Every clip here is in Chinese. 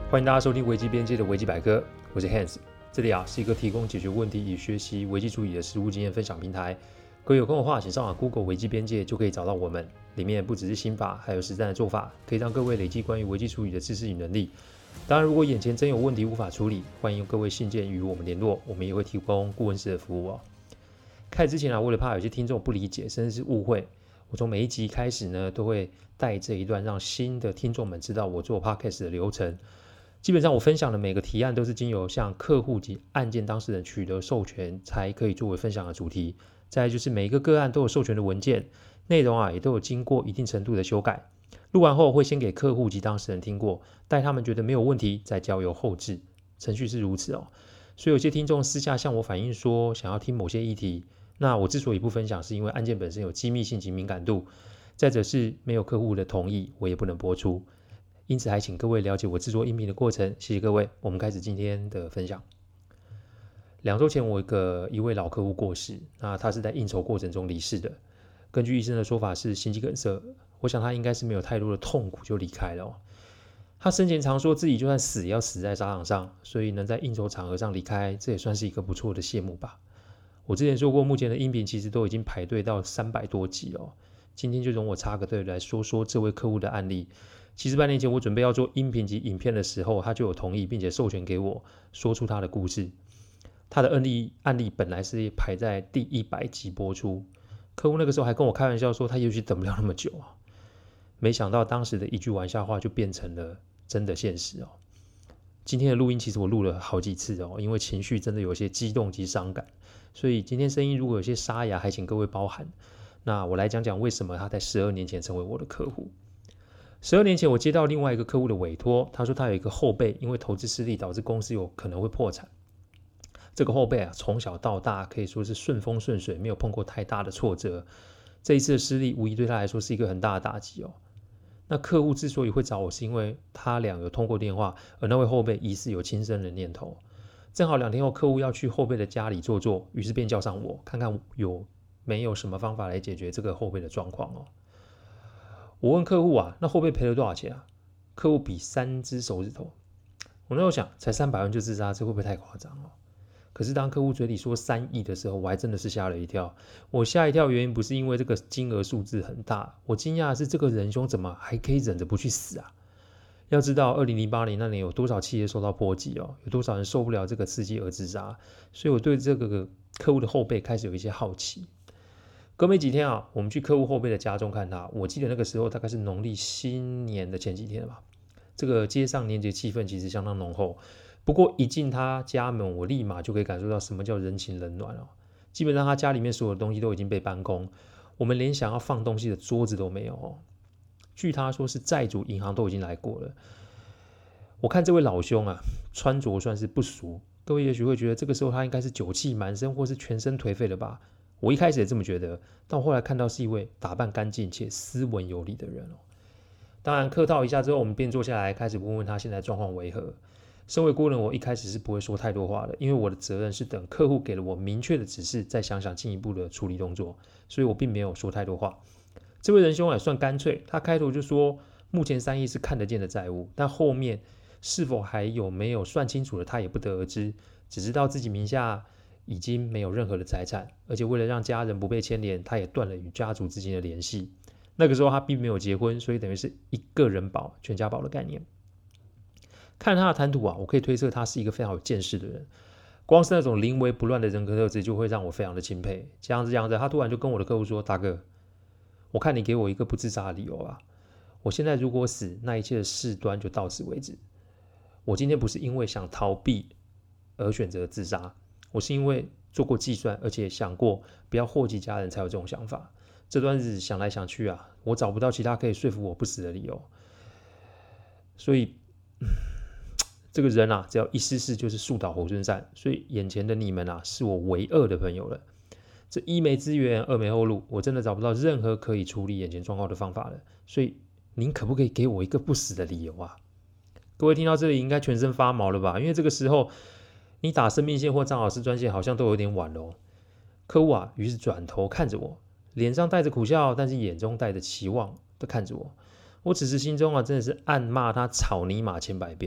欢迎大家收听危机边界的危机百科，我是 Hans。这里是一个提供解决问题与学习危机处理的实务经验分享平台。各位有空的话，请上网 Google 危机边界就可以找到我们。里面不只是心法，还有实战的做法，可以让各位累积关于危机处理的知识与能力。当然，如果眼前真有问题无法处理，欢迎各位信件与我们联络，我们也会提供顾问式的服务哦。开始之前为了怕有些听众不理解甚至是误会，我从每一集开始呢，都会带这一段让新的听众们知道我做 Podcast 的流程。基本上我分享的每个提案都是经由向客户及案件当事人取得授权才可以作为分享的主题。再来就是每一个个案都有授权的文件，内容也都有经过一定程度的修改。录完后会先给客户及当事人听过，待他们觉得没有问题再交由后制，程序是如此哦。所以有些听众私下向我反映说想要听某些议题，那我之所以不分享是因为案件本身有机密性及敏感度，再者是没有客户的同意我也不能播出。因此还请各位了解我制作音频的过程，谢谢各位。我们开始今天的分享。2周前我一位老客户过世，那他是在应酬过程中离世的。根据医生的说法是心肌梗塞，我想他应该是没有太多的痛苦就离开了哦。他生前常说自己就算死也要死在沙场上，所以能在应酬场合上离开，这也算是一个不错的谢幕吧。我之前说过，目前的音频其实都已经排队到300多集哦。今天就容我插个队来说说这位客户的案例。其实半年前我准备要做音频及影片的时候，他就有同意并且授权给我说出他的故事。他的案例本来是排在第100集播出，客户那个时候还跟我开玩笑说他也许等不了那么久啊。没想到当时的一句玩笑话就变成了真的现实哦。今天的录音其实我录了好几次哦，因为情绪真的有些激动及伤感，所以今天声音如果有些沙哑，还请各位包涵。那我来讲讲为什么他在12年前成为我的客户。12年前我接到另外一个客户的委托，他说他有一个后辈因为投资失利导致公司有可能会破产。这个后辈从小到大可以说是顺风顺水，没有碰过太大的挫折。这一次的失利无疑对他来说是一个很大的打击哦。那客户之所以会找我，是因为他俩有通过电话，而那位后辈疑似有轻生的念头。正好2天后客户要去后辈的家里坐坐，于是便叫上我，看看有没有什么方法来解决这个后辈的状况哦。我问客户那后辈赔了多少钱啊？客户比3只手指头。我那时候想，才300万就自杀，这会不会太夸张了？可是当客户嘴里说3亿的时候，我还真的是吓了一跳。我吓一跳的原因不是因为这个金额数字很大，我惊讶的是这个仁兄怎么还可以忍着不去死啊？要知道2008年那年有多少企业受到波及哦，有多少人受不了这个刺激而自杀，所以我对这个客户的后辈开始有一些好奇。隔没几天我们去客户后辈的家中看他。我记得那个时候大概是农历新年的前几天吧。这个街上年节气氛其实相当浓厚。不过一进他家门，我立马就可以感受到什么叫人情冷暖哦。基本上他家里面所有的东西都已经被搬空，我们连想要放东西的桌子都没有哦。据他说是债主银行都已经来过了。我看这位老兄穿着算是不俗，各位也许会觉得这个时候他应该是酒气满身或是全身颓废了吧。我一开始也这么觉得，但我后来看到是一位打扮干净且斯文有礼的人哦。当然客套一下之后，我们便坐下来开始问问他现在状况为何。身为顾问，我一开始是不会说太多话的，因为我的责任是等客户给了我明确的指示，再想想进一步的处理动作，所以我并没有说太多话。这位仁兄也算干脆，他开头就说目前3亿是看得见的债务，但后面是否还有没有算清楚的他也不得而知，只知道自己名下已经没有任何的财产，而且为了让家人不被牵连，他也断了与家族之间的联系。那个时候他并没有结婚，所以等于是一个人保全家保的概念。看他的谈吐我可以推测他是一个非常有见识的人。光是那种临危不乱的人格特质就会让我非常的钦佩。讲着他突然就跟我的客户说，大哥，我看你给我一个不自杀的理由吧。我现在如果死，那一切的事端就到此为止。我今天不是因为想逃避而选择自杀，我是因为做过计算，而且想过不要祸及家人才有这种想法。这段日子想来想去我找不到其他可以说服我不死的理由。所以这个人只要一失势就是树倒猢狲散，所以眼前的你们是我唯二的朋友了。这一没资源，二没后路，我真的找不到任何可以处理眼前状况的方法了。所以您可不可以给我一个不死的理由啊？各位听到这里应该全身发毛了吧？因为这个时候你打生命线或张老师专线好像都有点晚了哦。客户于是转头看着我，脸上带着苦笑，但是眼中带着期望的看着我。我此时心中真的是暗骂他草泥马千百遍了。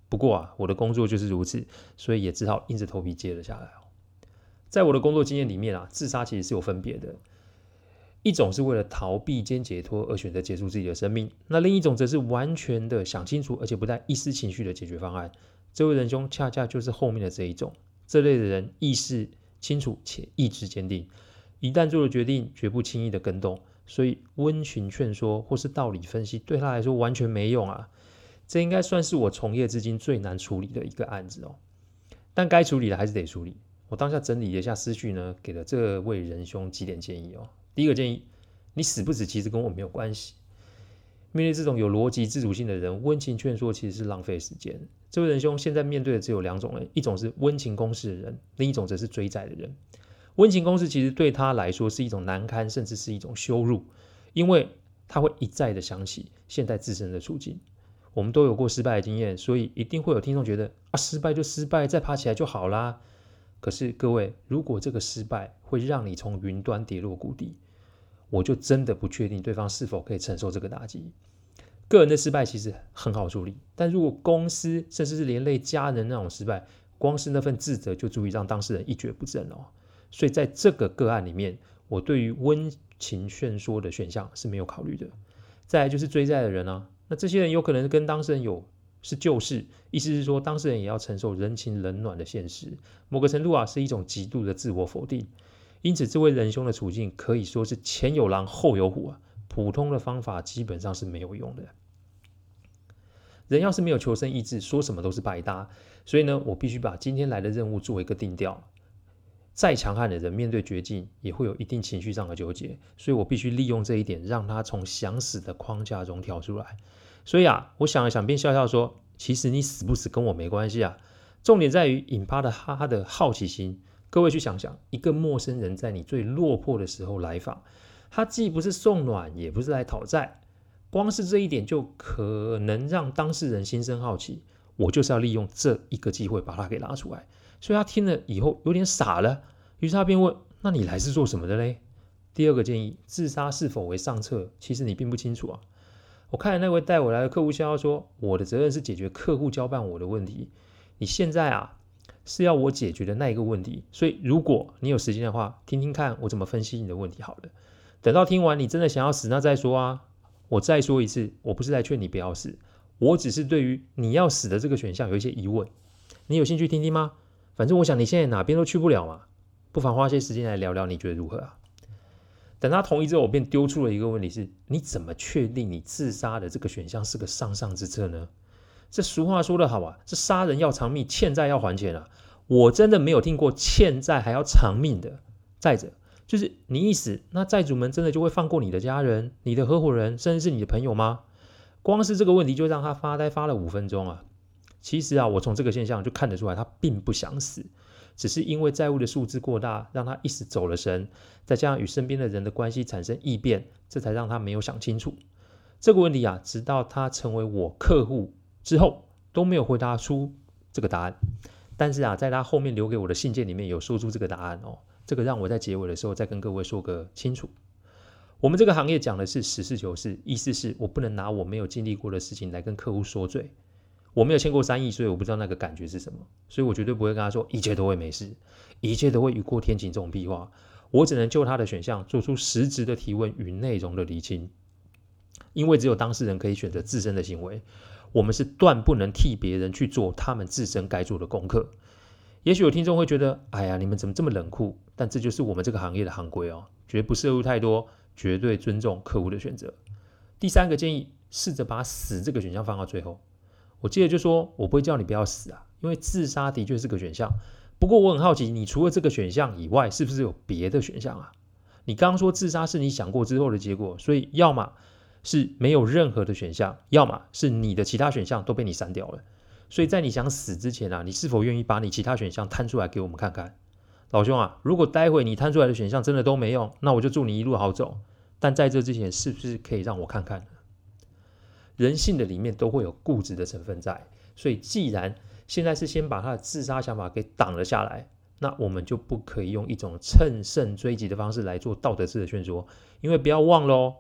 不过啊，我的工作就是如此，所以也只好硬着头皮接了下来。在我的工作经验里面啊，自杀其实是有分别的，一种是为了逃避兼解脱而选择结束自己的生命，那另一种则是完全的想清楚而且不带一丝情绪的解决方案。这位仁兄恰恰就是后面的这一种。这类的人意识清楚且意志坚定，一旦做了决定绝不轻易的更动，所以温情劝说或是道理分析对他来说完全没用啊。这应该算是我从业至今最难处理的一个案子哦，但该处理的还是得处理。我当下整理了一下思绪呢，给了这位仁兄几点建议哦。第一个建议，你死不死其实跟我没有关系。面对这种有逻辑自主性的人，温情劝说其实是浪费时间。这位仁兄现在面对的只有两种人，一种是温情攻势的人，另一种则是追债的人。温情攻势其实对他来说是一种难堪，甚至是一种羞辱，因为他会一再的想起现在自身的处境。我们都有过失败的经验，所以一定会有听众觉得啊，失败就失败，再爬起来就好啦。可是各位，如果这个失败会让你从云端跌落谷底，我就真的不确定对方是否可以承受这个打击。个人的失败其实很好处理，但如果公司甚至是连累家人那种失败，光是那份自责就足以让当事人一蹶不振哦。所以在这个个案里面，我对于温情劝说的选项是没有考虑的。再来就是追债的人啊，那这些人有可能跟当事人是旧事，意思是说当事人也要承受人情冷暖的现实，某个程度啊是一种极度的自我否定。因此这位仁兄的处境可以说是前有狼后有虎啊，普通的方法基本上是没有用的。人要是没有求生意志，说什么都是白搭。所以呢，我必须把今天来的任务做一个定调。再强悍的人面对绝境也会有一定情绪上的纠结，所以我必须利用这一点，让他从想死的框架中跳出来。所以啊，我想了想便笑笑说，其实你死不死跟我没关系啊，重点在于引发的他的好奇心。各位去想想，一个陌生人在你最落魄的时候来访，他既不是送暖，也不是来讨债，光是这一点就可能让当事人心生好奇。我就是要利用这一个机会把他给拉出来。所以他听了以后有点傻了，于是他便问，那你来是做什么的嘞？第二个建议，自杀是否为上策，其实你并不清楚啊。我看了那位带我来的客户笑笑说，我的责任是解决客户交办我的问题，你现在啊是要我解决的那一个问题，所以如果你有时间的话，听听看我怎么分析你的问题好了。等到听完你真的想要死，那再说啊。我再说一次，我不是来劝你不要死，我只是对于你要死的这个选项有一些疑问，你有兴趣听听吗？反正我想你现在哪边都去不了嘛，不妨花些时间来聊聊，你觉得如何啊？等他同意之后，我便丢出了一个问题是，你怎么确定你自杀的这个选项是个上之策呢？这俗话说得好啊，这杀人要偿命，欠债要还钱啊。我真的没有听过欠债还要偿命的。再者，就是你一死，那债主们真的就会放过你的家人、你的合伙人，甚至是你的朋友吗？光是这个问题就让他发呆发了5分钟啊。其实啊，我从这个现象就看得出来，他并不想死，只是因为债务的数字过大，让他一时走了神，再加上与身边的人的关系产生异变，这才让他没有想清楚这个问题啊。直到他成为我客户之后，都没有回答出这个答案。但是啊，在他后面留给我的信件里面有说出这个答案哦。这个让我在结尾的时候再跟各位说个清楚。我们这个行业讲的是实事求是，意思是我不能拿我没有经历过的事情来跟客户说罪。我没有欠过3亿，所以我不知道那个感觉是什么，所以我绝对不会跟他说一切都会没事，一切都会雨过天晴这种屁话。我只能就他的选项做出实质的提问与内容的厘清，因为只有当事人可以选择自身的行为，我们是断不能替别人去做他们自身该做的功课。也许有听众会觉得，哎呀，你们怎么这么冷酷？但这就是我们这个行业的行规哦，绝不涉入太多，绝对尊重客户的选择。第3个建议，试着把死这个选项放到最后。我记得就说，我不会叫你不要死啊，因为自杀的确是个选项。不过我很好奇，你除了这个选项以外，是不是有别的选项啊？你刚刚说自杀是你想过之后的结果，所以要么是没有任何的选项，要么是你的其他选项都被你删掉了。所以在你想死之前啊，你是否愿意把你其他选项摊出来给我们看看？老兄啊，如果待会你摊出来的选项真的都没用，那我就祝你一路好走。但在这之前，是不是可以让我看看呢？人性的里面都会有固执的成分在，所以既然现在是先把他的自杀想法给挡了下来，那我们就不可以用一种乘胜追击的方式来做道德式的劝说。因为不要忘了哦，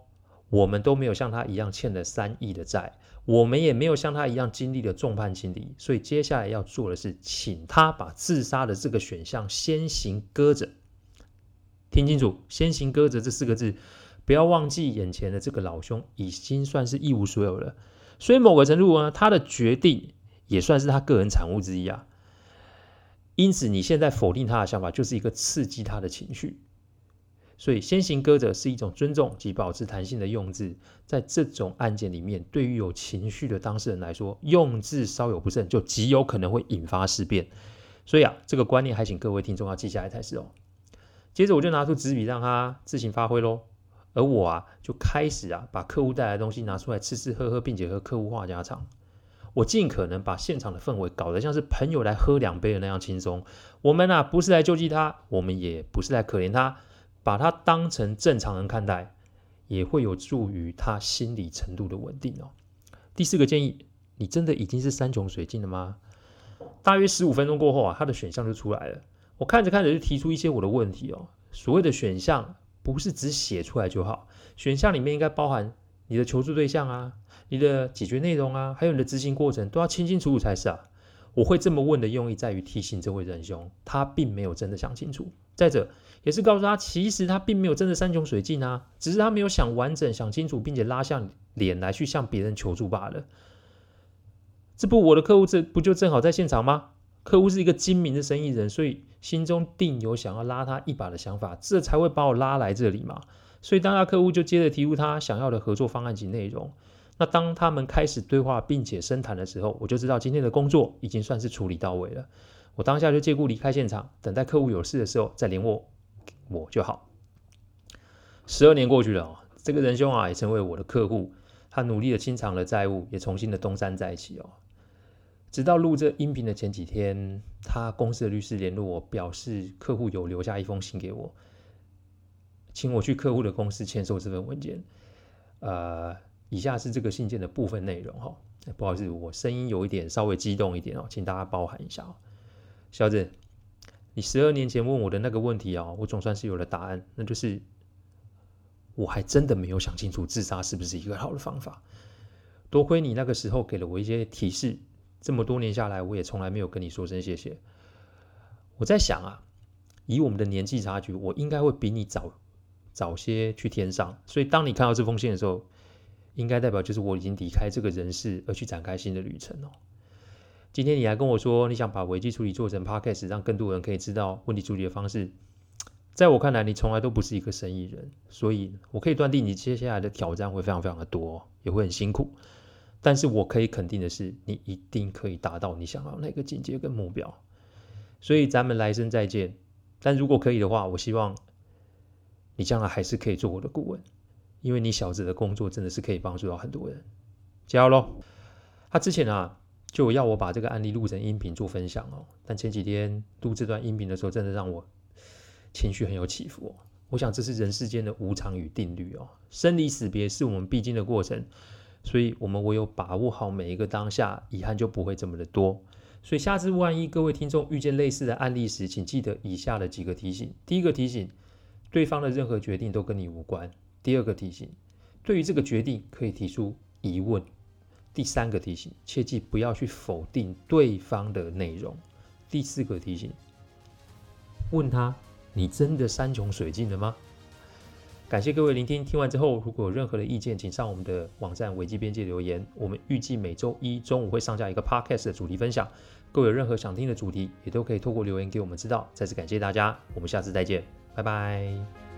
我们都没有像他一样欠了3亿的债，我们也没有像他一样经历了众叛亲离，所以接下来要做的是，请他把自杀的这个选项先行搁着。听清楚，先行搁着这4个字，不要忘记眼前的这个老兄已经算是一无所有了，所以某个程度呢，他的决定也算是他个人产物之一啊。因此你现在否定他的想法，就是一个刺激他的情绪。所以先行搁着是一种尊重及保持弹性的用字，在这种案件里面，对于有情绪的当事人来说，用字稍有不慎，就极有可能会引发事变。所以这个观念还请各位听众要记下来才是哦。接着我就拿出纸笔让他自行发挥咯，而我就开始把客户带来的东西拿出来吃吃喝喝，并且和客户话家常。我尽可能把现场的氛围搞得像是朋友来喝2杯的那样轻松。我们不是来救济他，我们也不是来可怜他，把他当成正常人看待，也会有助于他心理程度的稳定哦。第4个建议，你真的已经是山穷水尽了吗？大约15分钟过后他的选项就出来了。我看着看着就提出一些我的问题哦。所谓的选项不是只写出来就好，选项里面应该包含你的求助对象你的解决内容还有你的执行过程都要清清楚楚才是我会这么问的用意在于提醒这位仁兄，他并没有真的想清楚。再者，也是告诉他，其实他并没有真的山穷水尽只是他没有想完整、想清楚，并且拉下脸来去向别人求助罢了。这不，我的客户这不就正好在现场吗？客户是一个精明的生意人，所以心中定有想要拉他一把的想法，这才会把我拉来这里嘛。所以当下客户就接着提出他想要的合作方案及内容。那当他们开始对话并且深谈的时候，我就知道今天的工作已经算是处理到位了。我当下就借故离开现场，等待客户有事的时候再联络我就好。12年过去了这个仁兄也成为我的客户，他努力的清偿了债务，也重新的东山再起直到录这音频的前几天，他公司的律师联络我，表示客户有留下一封信给我，请我去客户的公司签收这份文件。以下是这个信件的部分内容不好意思，我声音有一点稍微激动一点请大家包涵一下小子，你12年前问我的那个问题我总算是有了答案，那就是我还真的没有想清楚自杀是不是一个好的方法。多亏你那个时候给了我一些提示，这么多年下来，我也从来没有跟你说声谢谢。我在想以我们的年纪差距，我应该会比你早些去天上，所以当你看到这封信的时候，应该代表就是我已经离开这个人世，而去展开新的旅程今天你来跟我说你想把危机处理做成 podcast， 让更多人可以知道问题处理的方式，在我看来你从来都不是一个生意人，所以我可以断定你接下来的挑战会非常非常的多也会很辛苦，但是我可以肯定的是，你一定可以达到你想要那个境界跟目标。所以咱们来生再见，但如果可以的话，我希望你将来还是可以做我的顾问，因为你小子的工作真的是可以帮助到很多人。加油咯。他之前就要我把这个案例录成音频做分享但前几天录这段音频的时候，真的让我情绪很有起伏我想这是人世间的无常与定律生离死别是我们必经的过程，所以我们唯有把握好每一个当下，遗憾就不会这么的多。所以下次万一各位听众遇见类似的案例时，请记得以下的几个提醒。第一个提醒，对方的任何决定都跟你无关。第二个提醒，对于这个决定可以提出疑问。第3个提醒，切记不要去否定对方的内容。第4个提醒，问他，你真的山穷水尽了吗？感谢各位聆听，听完之后如果有任何的意见，请上我们的网站危机边界留言。我们预计每周一中午会上架一个 podcast 的主题分享，各位有任何想听的主题也都可以透过留言给我们知道。再次感谢大家，我们下次再见，拜拜。